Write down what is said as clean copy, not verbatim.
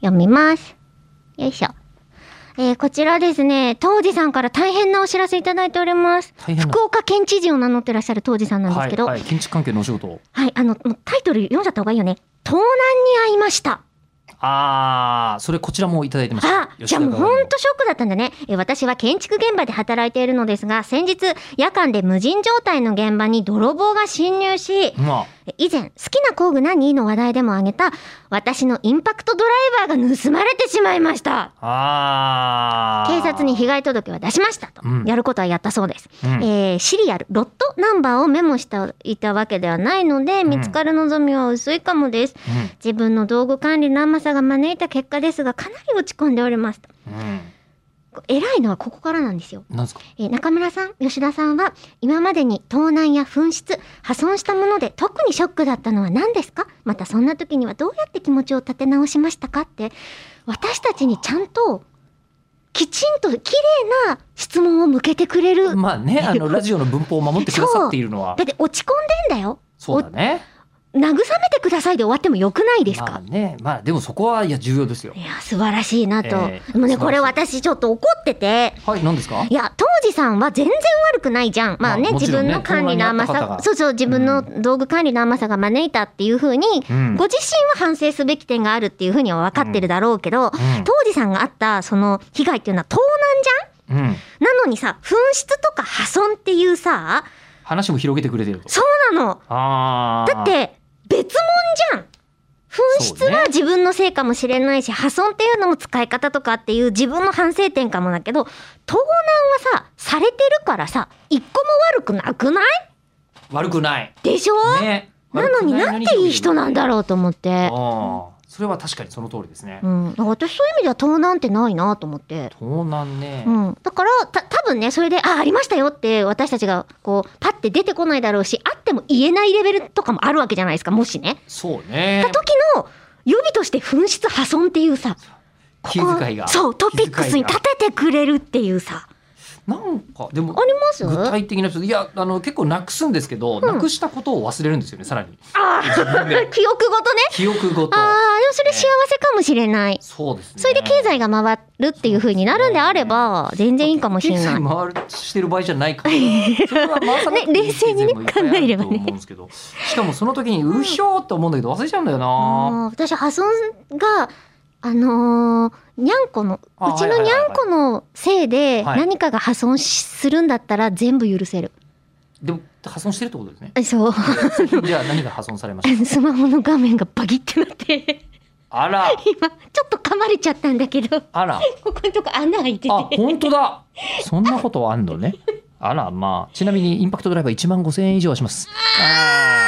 読みます。よいしょ。こちらですね、当時さんから大変なお知らせいただいております。福岡県知事を名乗ってらっしゃる当時さんなんですけど、 はいはい、建築関係のお仕事。 はい、もうタイトル読んじゃった方がいいよね。盗難に遭いました。 それこちらもいただいてました。 じゃあもうほんとショックだったんだね。私は建築現場で働いているのですが、先日夜間で無人状態の現場に泥棒が侵入し、以前好きな工具何の話題でも挙げた私のインパクトドライバーが盗まれてしまいました。警察に被害届は出しましたと、やることはやったそうです。シリアルロットナンバーをメモしていたわけではないので、見つかる望みは薄いかもです。自分の道具管理の甘さが招いた結果ですが、かなり落ち込んでおりますと。偉いのはここからなんですよ。 なんですか？ 中村さん、吉田さんは今までに盗難や紛失、破損したもので特にショックだったのは何ですか？またそんな時にはどうやって気持ちを立て直しましたかって、私たちにちゃんときちんと綺麗な質問を向けてくれる。 まあね、ラジオの文法を守ってくださっているのは。 だって落ち込んでんだよ。 そうだね。 慰めてくださいで終わってもよくないですか？ まあね、まあでもそこは重要ですよ。 いや素晴らしいなと。でもね、これ私ちょっと怒ってて。 はい、何ですか？ いや当時さんは全然悪くないじゃん。まあね、自分の管理の甘さ、自分の道具管理の甘さが招いたっていうふうに、ご自身は反省すべき点があるっていうふうには分かってるだろうけど、当時さんがあったその被害っていうのは盗難じゃん。なのにさ、紛失とか破損っていうさ、 話も広げてくれてると。 そうなの。だって別物じゃん。紛失は自分のせいかもしれないし、破損っていうのも使い方とかっていう自分の反省点かもだけど、盗難はさ、されてるからさ、一個も悪くなくない？ 悪くない。 でしょ？ ね。 なのになんていい人なんだろうと思って。 それは確かにその通りですね。 私そういう意味では盗難ってないなと思って。 盗難ね。 だから多分ね、それでありましたよって私たちがこうパッて出てこないだろうし、あっても言えないレベルとかもあるわけじゃないですか、もしね。 そうね。 た時の予備として紛失破損っていうさ、 気遣いが、 そうトピックスに立ててくれるっていうさ。 なんかでもあります？ 具体的な人、いや結構なくすんですけど、なくしたことを忘れるんですよね、さらに。 記憶ごとね。 記憶ごと。 でもそれ幸せかもしれない。 そうですね。 それで経済が回るっていう風になるんであれば全然いいかもしれない。 経済回るしてる場合じゃないから。それは回さなくていい冷静にね考えればね。 しかもその時にうひょーって思うんだけど忘れちゃうんだよな。 私破損がにゃんこのうちのにゃんこのせいで何かが破損するんだったら全部許せる。 でも破損してるってことですね。 そう。 じゃあ何が破損されました？ スマホの画面がバギってなって。 あら。 今ちょっと噛まれちゃったんだけど。 あら。 ここのとこ穴開いてて。 本当だ。そんなことあんのね。あら、まあちなみにインパクトドライバー1万5,000円以上はします。